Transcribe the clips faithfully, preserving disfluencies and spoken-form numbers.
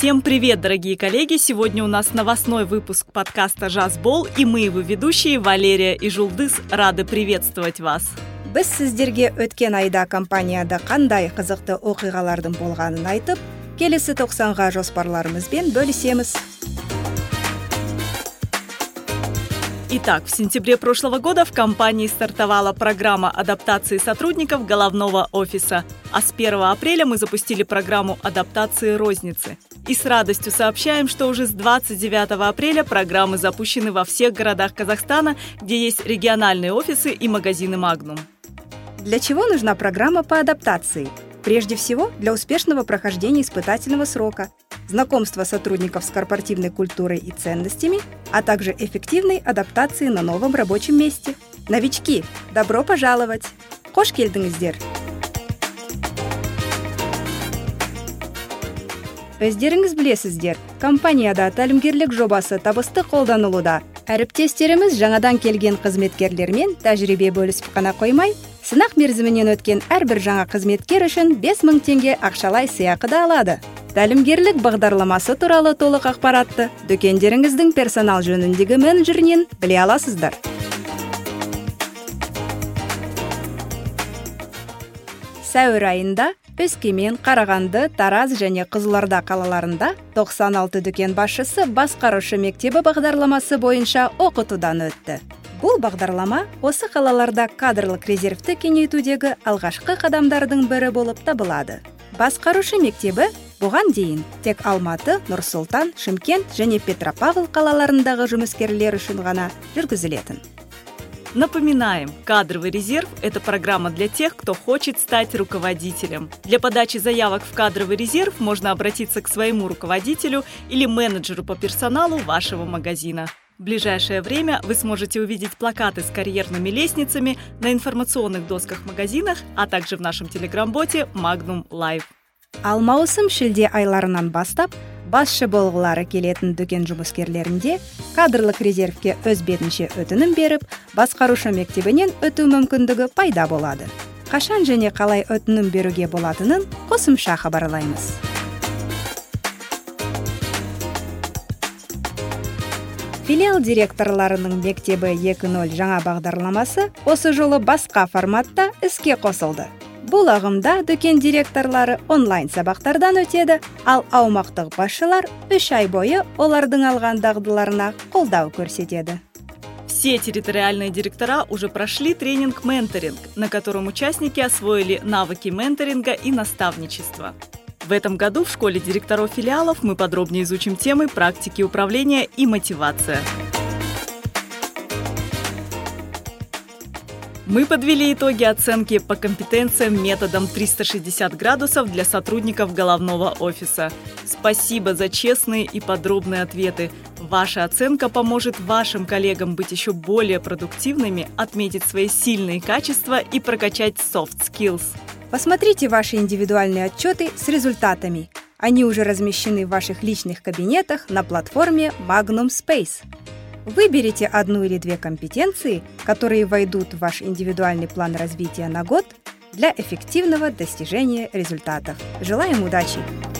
Всем привет, дорогие коллеги! Сегодня у нас новостной выпуск подкаста «Жазбол», и мы, его ведущие Валерия и Жулдыз, рады приветствовать вас. Біз сіздерге өткен айда компанияда қандай қызықты оқиғалардың болғанын айтып, келесі тоқсанға жоспарларымызбен бөлісеміз. Итак, в сентябре прошлого года в компании стартовала программа адаптации сотрудников головного офиса, а с первого апреля мы запустили программу адаптации розницы. И с радостью сообщаем, что уже с двадцать девятого апреля программы запущены во всех городах Казахстана, где есть региональные офисы и магазины Magnum. Для чего нужна программа по адаптации? Прежде всего, для успешного прохождения испытательного срока, знакомства сотрудников с корпоративной культурой и ценностями, а также эффективной адаптации на новом рабочем месте. Новички, добро пожаловать! Қош келдіңіздер! Өздеріңіз білесіздер, компанияда тәлімгерлік жобасы табысты қолданылуда. Әріптестеріміз жаңадан келген қызметкерлермен тәжірибе бөлісіп қана қоймай, сынақ мерзімінен өткен әрбір жаңа қызметкер үшін бес мың теңге ақшалай сыйақы да алады. Тәлімгерлік бағдарламасы туралы толық ақпаратты дүкендеріңіздің персонал жөніндегі менеджерінен біле аласыздар. Сәуір айында Өскемен, Қарағанды, Тараз және Қызылорда қалаларында тоқсан алты дүкен басшысы басқарушы мектебі бағдарламасы бойынша оқытудан өтті. Бұл бағдарлама осы қалаларда кадрлық резервті кеңейтудегі алғашқы қадамдардың бірі болып табылады. Басқарушы мектебі бұған дейін тек Алматы, Нұр-Сұлтан, Шымкент және Петропавл қалаларындағы жұмыскерлер үшін ғана жүргізілетін. Напоминаем, кадровый резерв – это программа для тех, кто хочет стать руководителем. Для подачи заявок в кадровый резерв можно обратиться к своему руководителю или менеджеру по персоналу вашего магазина. В ближайшее время вы сможете увидеть плакаты с карьерными лестницами на информационных досках магазинах, а также в нашем телеграм-боте Magnum Live. Ал маусым шілде айларынан бастап, басшы болғылары келетін дүкен жұмыскерлерінде кадрлық резервке өз бетінше өтінім беріп, басқарушы мектебінен өту мүмкіндігі пайда болады. Қашан және қалай өтінім беруге болатынын қосымша хабарлаймыз. Филиал директорларының мектебі екі нөл жаңа бағдарламасы осы жолы басқа форматта іске қосылды. Бұл ағымда дүкен директорлары онлайн сабақтардан өтеді, ал аумақтық басшылар үш ай бойы олардың алған дағдыларына қолдау көрсетеді. Все территориальные директора уже прошли тренинг-менторинг, на котором участники освоили навыки менторинга и наставничества. В этом году в школе директоров филиалов мы подробнее изучим темы практики управления и мотивация. Мы подвели итоги оценки по компетенциям методом триста шестьдесят градусов для сотрудников головного офиса. Спасибо за честные и подробные ответы. Ваша оценка поможет вашим коллегам быть еще более продуктивными, отметить свои сильные качества и прокачать soft skills. Посмотрите ваши индивидуальные отчеты с результатами. Они уже размещены в ваших личных кабинетах на платформе Magnum Space. Выберите одну или две компетенции, которые войдут в ваш индивидуальный план развития на год для эффективного достижения результатов. Желаем удачи!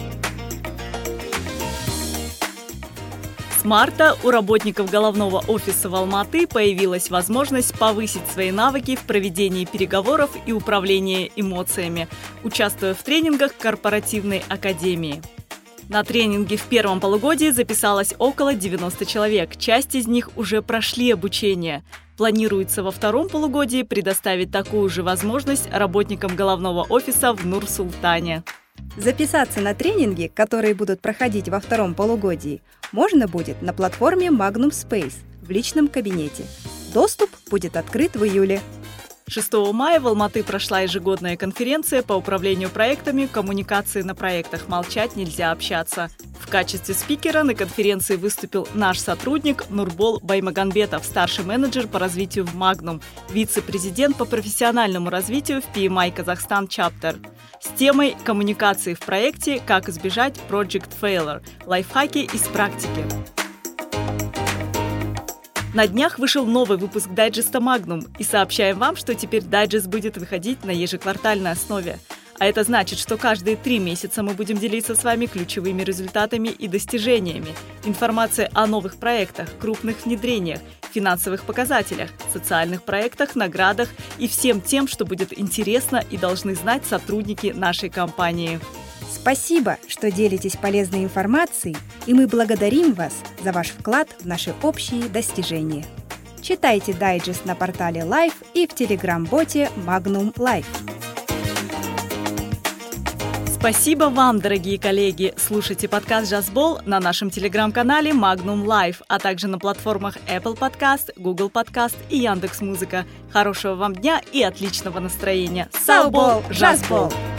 С марта у работников головного офиса в Алматы появилась возможность повысить свои навыки в проведении переговоров и управлении эмоциями, участвуя в тренингах корпоративной академии. На тренинге в первом полугодии записалось около девяноста человек. Часть из них уже прошли обучение. Планируется во втором полугодии предоставить такую же возможность работникам головного офиса в Нур-Султане. Записаться на тренинги, которые будут проходить во втором полугодии, можно будет на платформе Magnum Space в личном кабинете. Доступ будет открыт в июле. шестого мая в Алматы прошла ежегодная конференция по управлению проектами коммуникации на проектах «Молчать нельзя общаться». В качестве спикера на конференции выступил наш сотрудник Нурбол Баймаганбетов, старший менеджер по развитию в Magnum, вице-президент по профессиональному развитию в пи эм ай Казахстан Chapter, с темой коммуникации в проекте «Как избежать Project Failure. Лайфхаки из практики». На днях вышел новый выпуск дайджеста Magnum, и сообщаем вам, что теперь дайджест будет выходить на ежеквартальной основе. А это значит, что каждые три месяца мы будем делиться с вами ключевыми результатами и достижениями, информацией о новых проектах, крупных внедрениях, финансовых показателях, социальных проектах, наградах и всем тем, что будет интересно и должны знать сотрудники нашей компании. Спасибо, что делитесь полезной информацией, и мы благодарим вас за ваш вклад в наши общие достижения. Читайте дайджест на портале Life и в телеграм-боте Magnum Life. Спасибо вам, дорогие коллеги! Слушайте подкаст «Джазбол» на нашем телеграм-канале Magnum Life, а также на платформах Apple Podcast, Google Podcast и Яндекс.Музыка. Хорошего вам дня и отличного настроения! Саубол! Джазбол!